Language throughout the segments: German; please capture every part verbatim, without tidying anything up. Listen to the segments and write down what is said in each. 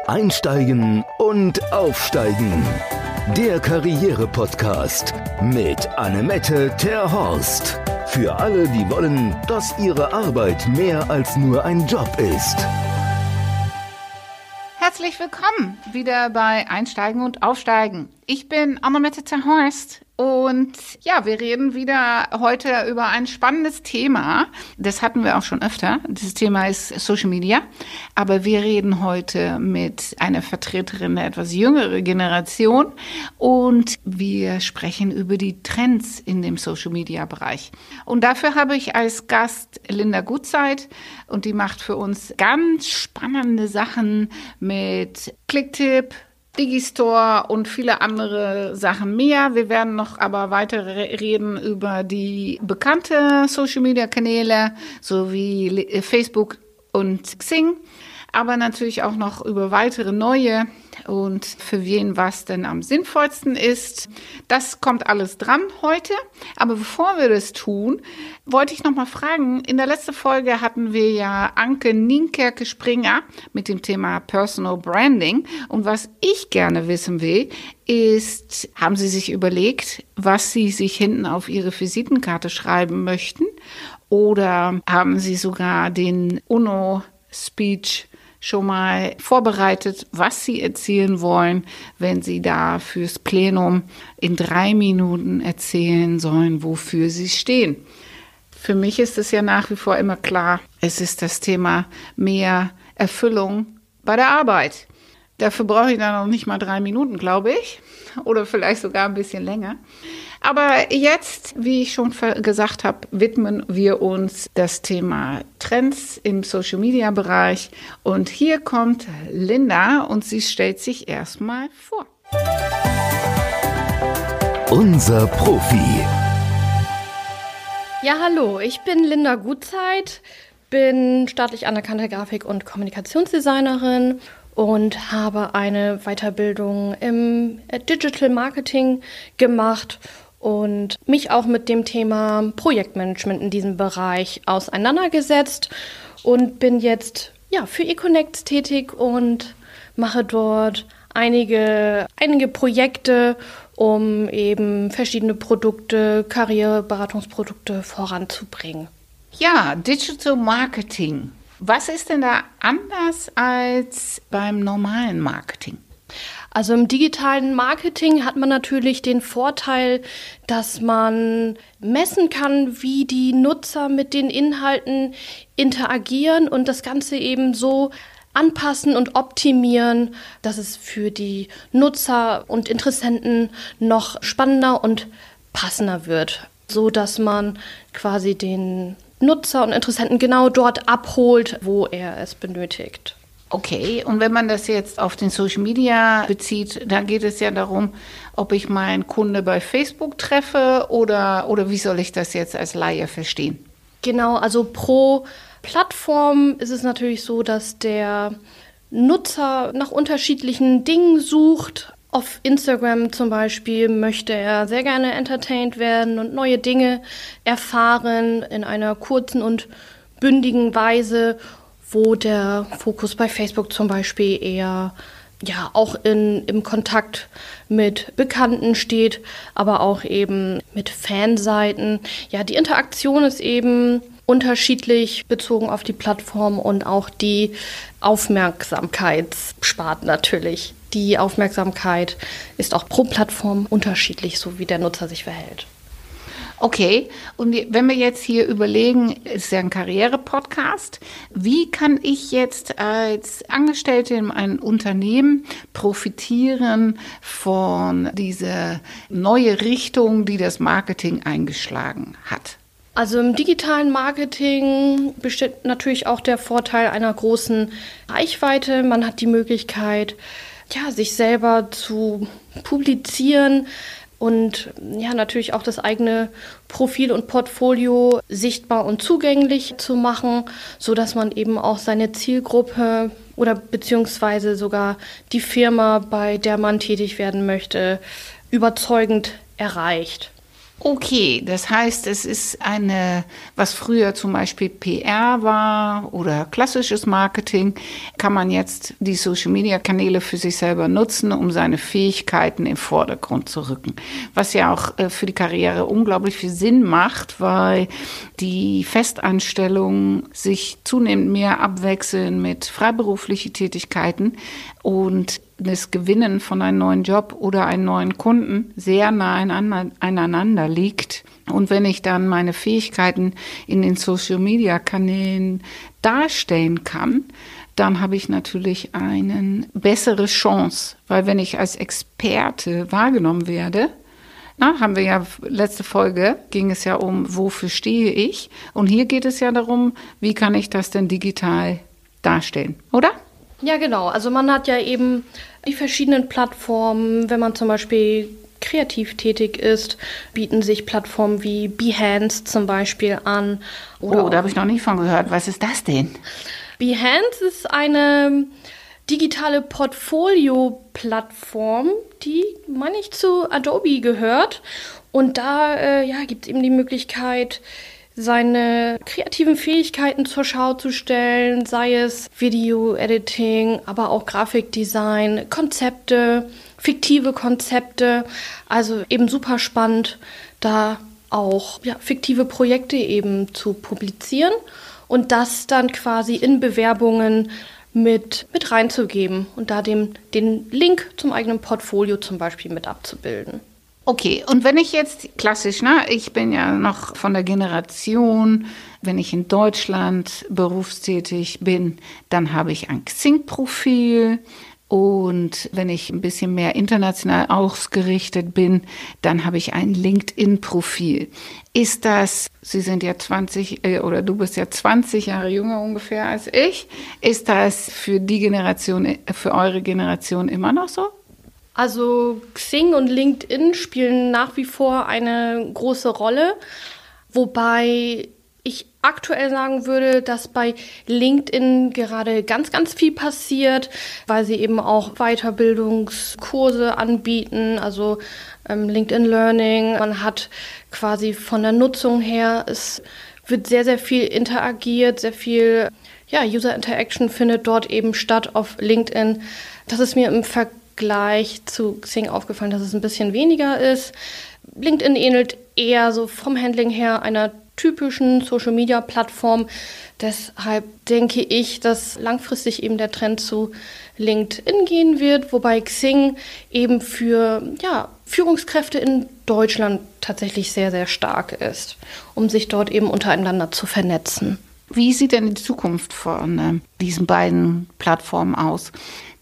Einsteigen und Aufsteigen. Der Karriere-Podcast mit Annemette Terhorst. Für alle, die wollen, dass ihre Arbeit mehr als nur ein Job ist. Herzlich willkommen wieder bei Einsteigen und Aufsteigen. Ich bin Annemette Terhorst und ja, wir reden wieder heute über ein spannendes Thema. Das hatten wir auch schon öfter. Dieses Thema ist Social Media, aber wir reden heute mit einer Vertreterin der etwas jüngeren Generation und wir sprechen über die Trends in dem Social Media Bereich. Und dafür habe ich als Gast Linda Gutzeit und die macht für uns ganz spannende Sachen mit Clicktip, Digistore und viele andere Sachen mehr. Wir werden noch aber weiter reden über die bekannten Social-Media-Kanäle sowie Facebook und Xing, aber natürlich auch noch über weitere neue und für wen was denn am sinnvollsten ist. Das kommt alles dran heute. Aber bevor wir das tun, wollte ich noch mal fragen, in der letzten Folge hatten wir ja Anke Nienkerke-Springer mit dem Thema Personal Branding. Und was ich gerne wissen will, ist, haben Sie sich überlegt, was Sie sich hinten auf Ihre Visitenkarte schreiben möchten? Oder haben Sie sogar den UNO-Speech schon mal vorbereitet, was Sie erzählen wollen, wenn Sie da fürs Plenum in drei Minuten erzählen sollen, wofür Sie stehen? Für mich ist es ja nach wie vor immer klar, es ist das Thema mehr Erfüllung bei der Arbeit. Dafür brauche ich dann noch nicht mal drei Minuten, glaube ich, oder vielleicht sogar ein bisschen länger. Aber jetzt, wie ich schon gesagt habe, widmen wir uns das Thema Trends im Social-Media-Bereich. Und hier kommt Linda und sie stellt sich erstmal vor. Unser Profi. Ja, hallo, ich bin Linda Gutzeit, bin staatlich anerkannte Grafik- und Kommunikationsdesignerin und habe eine Weiterbildung im Digital Marketing gemacht und mich auch mit dem Thema Projektmanagement in diesem Bereich auseinandergesetzt und bin jetzt ja für eConnects tätig und mache dort einige, einige Projekte, um eben verschiedene Produkte, Karriereberatungsprodukte voranzubringen. Ja, Digital Marketing. Was ist denn da anders als beim normalen Marketing? Also im digitalen Marketing hat man natürlich den Vorteil, dass man messen kann, wie die Nutzer mit den Inhalten interagieren und das Ganze eben so anpassen und optimieren, dass es für die Nutzer und Interessenten noch spannender und passender wird, so dass man quasi den Nutzer und Interessenten genau dort abholt, wo er es benötigt. Okay, und wenn man das jetzt auf den Social Media bezieht, dann geht es ja darum, ob ich meinen Kunde bei Facebook treffe oder, oder wie soll ich das jetzt als Laie verstehen? Genau, also pro Plattform ist es natürlich so, dass der Nutzer nach unterschiedlichen Dingen sucht. Auf Instagram zum Beispiel möchte er sehr gerne entertained werden und neue Dinge erfahren in einer kurzen und bündigen Weise, wo der Fokus bei Facebook zum Beispiel eher ja auch in, im Kontakt mit Bekannten steht, aber auch eben mit Fanseiten. Ja, die Interaktion ist eben unterschiedlich bezogen auf die Plattform und auch die Aufmerksamkeitssparten natürlich. Die Aufmerksamkeit ist auch pro Plattform unterschiedlich, so wie der Nutzer sich verhält. Okay, und wenn wir jetzt hier überlegen, ist ja ein Karriere-Podcast, wie kann ich jetzt als Angestellte in einem Unternehmen profitieren von dieser neuen Richtung, die das Marketing eingeschlagen hat? Also im digitalen Marketing besteht natürlich auch der Vorteil einer großen Reichweite. Man hat die Möglichkeit, ja, sich selber zu publizieren, und ja, natürlich auch das eigene Profil und Portfolio sichtbar und zugänglich zu machen, so dass man eben auch seine Zielgruppe oder beziehungsweise sogar die Firma, bei der man tätig werden möchte, überzeugend erreicht. Okay, das heißt, es ist eine, was früher zum Beispiel P R war oder klassisches Marketing, kann man jetzt die Social-Media-Kanäle für sich selber nutzen, um seine Fähigkeiten im Vordergrund zu rücken. Was ja auch für die Karriere unglaublich viel Sinn macht, weil die Festanstellungen sich zunehmend mehr abwechseln mit freiberuflichen Tätigkeiten und das Gewinnen von einem neuen Job oder einem neuen Kunden sehr nah aneinander liegt. Und wenn ich dann meine Fähigkeiten in den Social-Media-Kanälen darstellen kann, dann habe ich natürlich eine bessere Chance. Weil wenn ich als Experte wahrgenommen werde, na, haben wir ja, letzte Folge ging es ja um, wofür stehe ich? Und hier geht es ja darum, wie kann ich das denn digital darstellen, oder? Ja, genau. Also man hat ja eben die verschiedenen Plattformen, wenn man zum Beispiel kreativ tätig ist, bieten sich Plattformen wie Behance zum Beispiel an. Oder oh, da habe ich noch nie von gehört. Was ist das denn? Behance ist eine digitale Portfolio-Plattform, die, meine ich, zu Adobe gehört. Und da äh, ja, gibt es eben die Möglichkeit, seine kreativen Fähigkeiten zur Schau zu stellen, sei es Video-Editing, aber auch Grafikdesign, Konzepte, fiktive Konzepte. Also eben super spannend, da auch ja, fiktive Projekte eben zu publizieren und das dann quasi in Bewerbungen mit, mit reinzugeben und da dem, den Link zum eigenen Portfolio zum Beispiel mit abzubilden. Okay, und wenn ich jetzt klassisch, ne, ich bin ja noch von der Generation, wenn ich in Deutschland berufstätig bin, dann habe ich ein Xing-Profil. Und wenn ich ein bisschen mehr international ausgerichtet bin, dann habe ich ein LinkedIn-Profil. Ist das, Sie sind ja zwanzig äh, oder du bist ja zwanzig Jahre jünger ungefähr als ich, ist das für die Generation, für eure Generation immer noch so? Also Xing und LinkedIn spielen nach wie vor eine große Rolle, wobei ich aktuell sagen würde, dass bei LinkedIn gerade ganz, ganz viel passiert, weil sie eben auch Weiterbildungskurse anbieten, also ähm, LinkedIn Learning. Man hat quasi von der Nutzung her, es wird sehr, sehr viel interagiert, sehr viel ja, User Interaction findet dort eben statt auf LinkedIn. Das ist mir im Vergleich zu Xing aufgefallen, dass es ein bisschen weniger ist. LinkedIn ähnelt eher so vom Handling her einer typischen Social-Media-Plattform. Deshalb denke ich, dass langfristig eben der Trend zu LinkedIn gehen wird, wobei Xing eben für ja, Führungskräfte in Deutschland tatsächlich sehr, sehr stark ist, um sich dort eben untereinander zu vernetzen. Wie sieht denn die Zukunft von äh, diesen beiden Plattformen aus?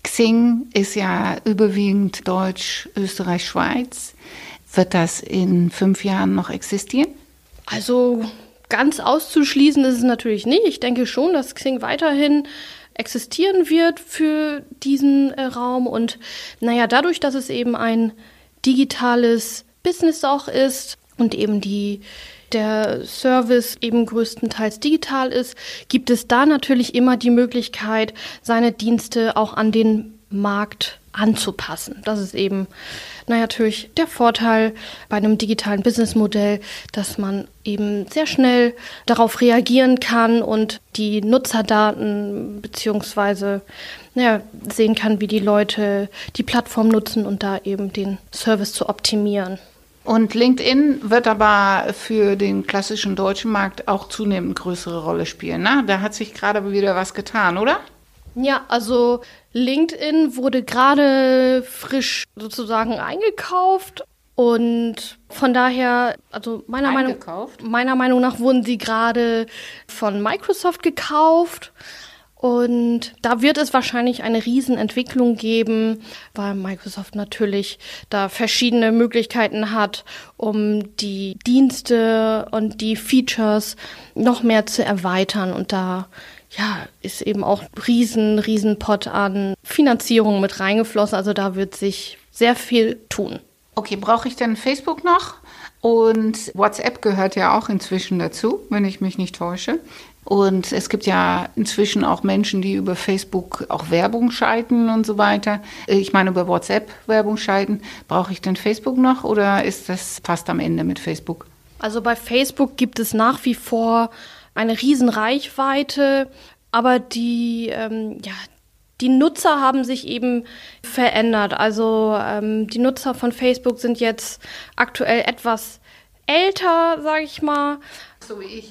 Xing ist ja überwiegend Deutsch, Österreich, Schweiz. Wird das in fünf Jahren noch existieren? Also ganz auszuschließen ist es natürlich nicht. Ich denke schon, dass Xing weiterhin existieren wird für diesen äh, Raum. Und naja, dadurch, dass es eben ein digitales Business auch ist und eben die, der Service eben größtenteils digital ist, gibt es da natürlich immer die Möglichkeit, seine Dienste auch an den Markt anzupassen. Das ist eben naja, natürlich der Vorteil bei einem digitalen Businessmodell, dass man eben sehr schnell darauf reagieren kann und die Nutzerdaten beziehungsweise naja, sehen kann, wie die Leute die Plattform nutzen und da eben den Service zu optimieren. Und LinkedIn wird aber für den klassischen deutschen Markt auch zunehmend größere Rolle spielen, ne? Da hat sich gerade wieder was getan, oder? Ja, also LinkedIn wurde gerade frisch sozusagen eingekauft und von daher, also meiner Meinung, meiner Meinung nach wurden sie gerade von Microsoft gekauft und da wird es wahrscheinlich eine Riesenentwicklung geben, weil Microsoft natürlich da verschiedene Möglichkeiten hat, um die Dienste und die Features noch mehr zu erweitern und da ja, ist eben auch riesen, riesen Pot an Finanzierung mit reingeflossen. Also da wird sich sehr viel tun. Okay, brauche ich denn Facebook noch? Und WhatsApp gehört ja auch inzwischen dazu, wenn ich mich nicht täusche. Und es gibt ja inzwischen auch Menschen, die über Facebook auch Werbung schalten und so weiter. Ich meine, über WhatsApp Werbung schalten. Brauche ich denn Facebook noch oder ist das fast am Ende mit Facebook? Also bei Facebook gibt es nach wie vor eine riesen Reichweite, aber die, ähm, ja, die Nutzer haben sich eben verändert. Also ähm, die Nutzer von Facebook sind jetzt aktuell etwas älter, sage ich mal. So wie ich.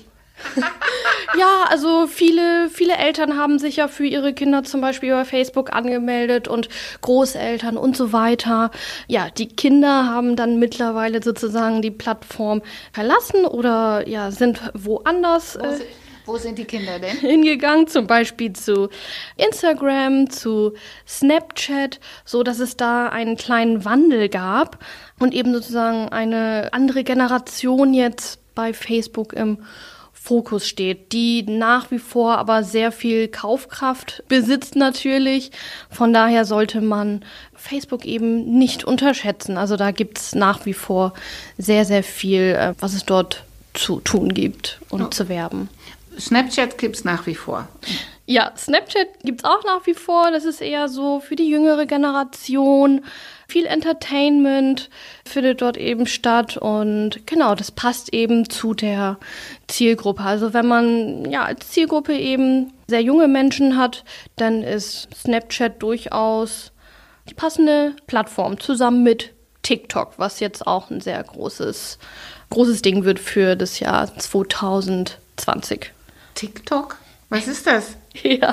Ja, also viele, viele Eltern haben sich ja für ihre Kinder zum Beispiel bei Facebook angemeldet und Großeltern und so weiter. Ja, die Kinder haben dann mittlerweile sozusagen die Plattform verlassen oder ja, sind woanders Wo, äh, wo sind die Kinder denn? hingegangen, zum Beispiel zu Instagram, zu Snapchat, so dass es da einen kleinen Wandel gab und eben sozusagen eine andere Generation jetzt bei Facebook im Fokus steht, die nach wie vor aber sehr viel Kaufkraft besitzt natürlich. Von daher sollte man Facebook eben nicht unterschätzen. Also da gibt es nach wie vor sehr, sehr viel, was es dort zu tun gibt und oh. zu werben. Snapchat gibt es nach wie vor. Ja, Snapchat gibt es auch nach wie vor. Das ist eher so für die jüngere Generation. Viel Entertainment findet dort eben statt und genau, das passt eben zu der Zielgruppe. Also wenn man ja als Zielgruppe eben sehr junge Menschen hat, dann ist Snapchat durchaus die passende Plattform zusammen mit TikTok, was jetzt auch ein sehr großes, großes Ding wird für das Jahr zwanzig zwanzig. TikTok? Was ist das? Ja,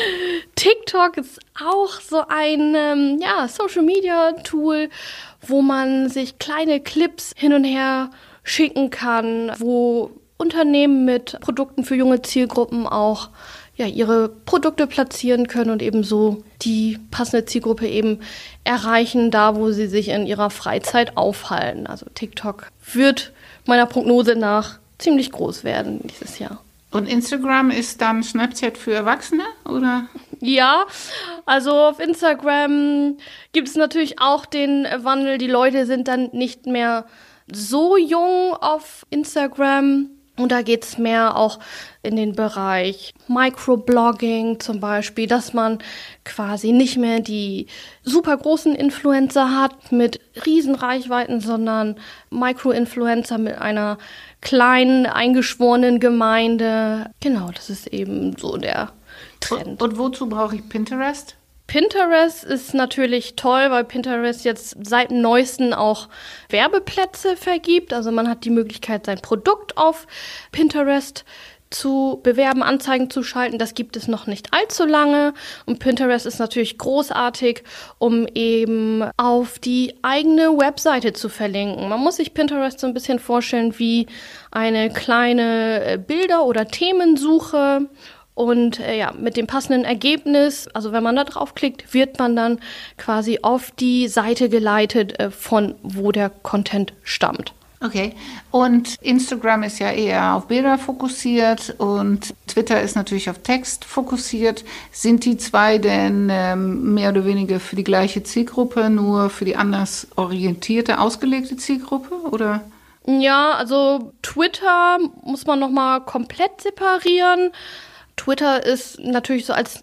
TikTok ist auch so ein ähm, ja, Social-Media-Tool, wo man sich kleine Clips hin und her schicken kann, wo Unternehmen mit Produkten für junge Zielgruppen auch ja, ihre Produkte platzieren können und eben so die passende Zielgruppe eben erreichen, da wo sie sich in ihrer Freizeit aufhalten. Also TikTok wird meiner Prognose nach ziemlich groß werden dieses Jahr. Und Instagram ist dann Snapchat für Erwachsene, oder? Ja, also auf Instagram gibt es natürlich auch den Wandel. Die Leute sind dann nicht mehr so jung auf Instagram. Und da geht es mehr auch in den Bereich Microblogging zum Beispiel, dass man quasi nicht mehr die super großen Influencer hat mit Riesenreichweiten, sondern Micro-Influencer mit einer kleinen, eingeschworenen Gemeinde. Genau, das ist eben so der Trend. Und, und wozu brauche ich Pinterest? Pinterest ist natürlich toll, weil Pinterest jetzt seit dem Neuesten auch Werbeplätze vergibt. Also man hat die Möglichkeit, sein Produkt auf Pinterest zu bewerben, Anzeigen zu schalten. Das gibt es noch nicht allzu lange. Und Pinterest ist natürlich großartig, um eben auf die eigene Webseite zu verlinken. Man muss sich Pinterest so ein bisschen vorstellen wie eine kleine Bilder- oder Themensuche. Und äh, ja, mit dem passenden Ergebnis, also wenn man da draufklickt, wird man dann quasi auf die Seite geleitet, äh, von wo der Content stammt. Okay, und Instagram ist ja eher auf Bilder fokussiert und Twitter ist natürlich auf Text fokussiert. Sind die zwei denn ähm, mehr oder weniger für die gleiche Zielgruppe, nur für die anders orientierte, ausgelegte Zielgruppe, oder? Ja, also Twitter muss man nochmal komplett separieren. Twitter ist natürlich so als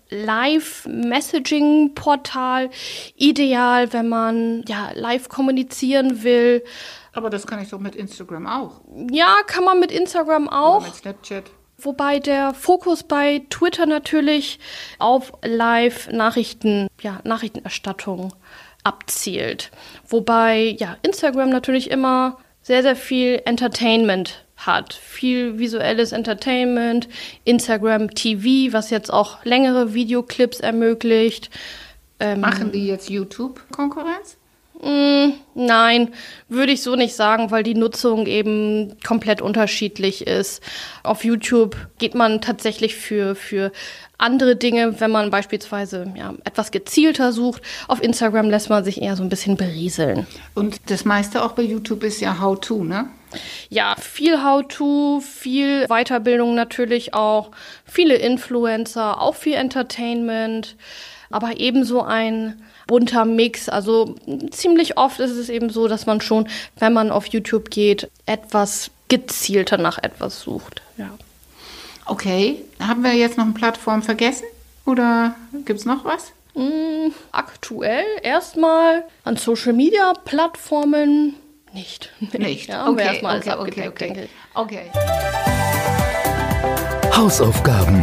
Live-Messaging-Portal ideal, wenn man ja live kommunizieren will. Aber das kann ich doch mit Instagram auch. Ja, kann man mit Instagram auch. Oder mit Snapchat. Wobei der Fokus bei Twitter natürlich auf Live-Nachrichten, ja, Nachrichtenerstattung abzielt. Wobei ja Instagram natürlich immer sehr, sehr viel Entertainment hat. Viel visuelles Entertainment, Instagram T V, was jetzt auch längere Videoclips ermöglicht. Ähm, Machen die jetzt YouTube-Konkurrenz? Mh, nein, würde ich so nicht sagen, weil die Nutzung eben komplett unterschiedlich ist. Auf YouTube geht man tatsächlich für, für andere Dinge, wenn man beispielsweise ja, etwas gezielter sucht. Auf Instagram lässt man sich eher so ein bisschen berieseln. Und das meiste auch bei YouTube ist ja How-To, ne? Ja, viel How-To, viel Weiterbildung natürlich auch, viele Influencer, auch viel Entertainment, aber ebenso ein bunter Mix. Also ziemlich oft ist es eben so, dass man schon, wenn man auf YouTube geht, etwas gezielter nach etwas sucht. Ja. Okay, haben wir jetzt noch eine Plattform vergessen oder gibt es noch was? Mm, aktuell erstmal an Social-Media-Plattformen nicht. Nicht, ja, haben okay, wir erstmal okay, alles okay, abgedeckt, okay, denke ich. okay. Hausaufgaben.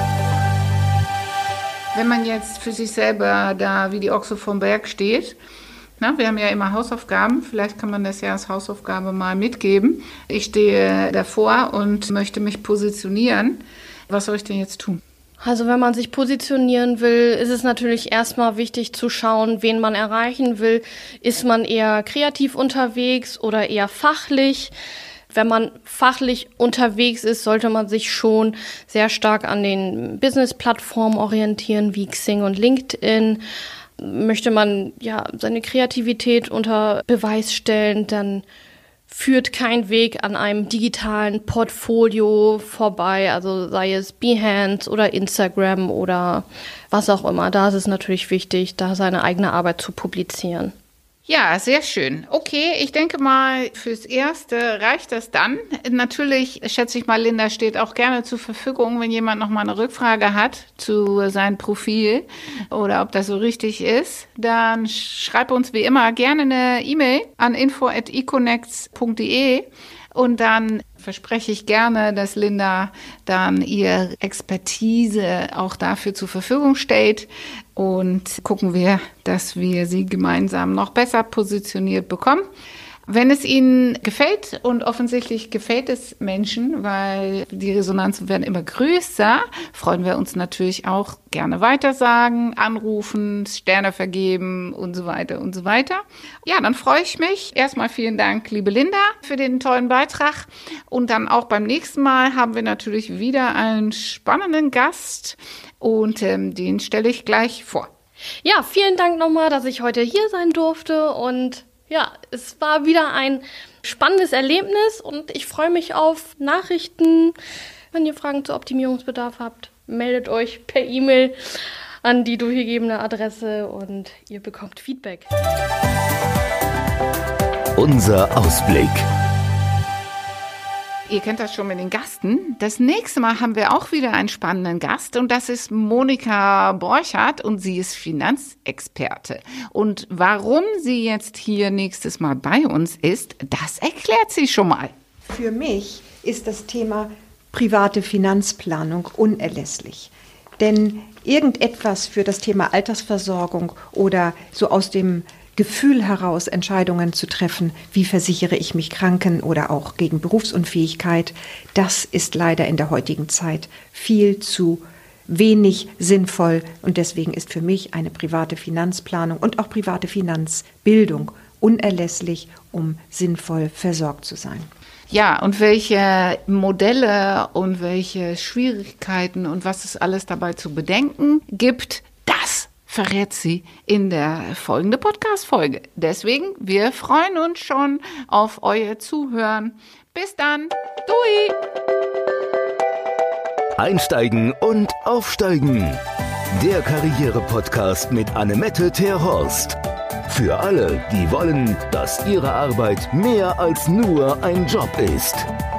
Wenn man jetzt für sich selber da wie die Ochse vom Berg steht, na, wir haben ja immer Hausaufgaben, vielleicht kann man das ja als Hausaufgabe mal mitgeben. Ich stehe davor und möchte mich positionieren. Was soll ich denn jetzt tun? Also wenn man sich positionieren will, ist es natürlich erstmal wichtig zu schauen, wen man erreichen will. Ist man eher kreativ unterwegs oder eher fachlich? Wenn man fachlich unterwegs ist, sollte man sich schon sehr stark an den Business-Plattformen orientieren, wie Xing und LinkedIn. Möchte man ja seine Kreativität unter Beweis stellen, dann führt kein Weg an einem digitalen Portfolio vorbei, also sei es Behance oder Instagram oder was auch immer. Da ist es natürlich wichtig, da seine eigene Arbeit zu publizieren. Ja, sehr schön. Okay, ich denke mal, fürs Erste reicht das dann. Natürlich, schätze ich mal, Linda steht auch gerne zur Verfügung, wenn jemand noch mal eine Rückfrage hat zu seinem Profil oder ob das so richtig ist. Dann schreib uns wie immer gerne eine E-Mail an info at econnects punkt de und dann verspreche ich gerne, dass Linda dann ihre Expertise auch dafür zur Verfügung stellt und gucken wir, dass wir sie gemeinsam noch besser positioniert bekommen. Wenn es Ihnen gefällt, und offensichtlich gefällt es Menschen, weil die Resonanzen werden immer größer, freuen wir uns natürlich auch gerne weitersagen, anrufen, Sterne vergeben und so weiter und so weiter. Ja, dann freue ich mich. Erstmal vielen Dank, liebe Linda, für den tollen Beitrag. Und dann auch beim nächsten Mal haben wir natürlich wieder einen spannenden Gast und ähm, den stelle ich gleich vor. Ja, vielen Dank nochmal, dass ich heute hier sein durfte und ja, es war wieder ein spannendes Erlebnis und ich freue mich auf Nachrichten. Wenn ihr Fragen zu Optimierungsbedarf habt, meldet euch per E-Mail an die durchgegebene Adresse und ihr bekommt Feedback. Unser Ausblick. Ihr kennt das schon mit den Gasten. Das nächste Mal haben wir auch wieder einen spannenden Gast und das ist Monika Borchardt und sie ist Finanzexperte. Und warum sie jetzt hier nächstes Mal bei uns ist, das erklärt sie schon mal. Für mich ist das Thema private Finanzplanung unerlässlich. Denn irgendetwas für das Thema Altersversorgung oder so aus dem Gefühl heraus Entscheidungen zu treffen, wie versichere ich mich Kranken oder auch gegen Berufsunfähigkeit, das ist leider in der heutigen Zeit viel zu wenig sinnvoll und deswegen ist für mich eine private Finanzplanung und auch private Finanzbildung unerlässlich, um sinnvoll versorgt zu sein. Ja, und welche Modelle und welche Schwierigkeiten und was es alles dabei zu bedenken gibt, das verrät sie in der folgenden Podcast-Folge. Deswegen, wir freuen uns schon auf euer Zuhören. Bis dann. Dui! Einsteigen und aufsteigen. Der Karriere-Podcast mit Annemette Terhorst. Für alle, die wollen, dass ihre Arbeit mehr als nur ein Job ist.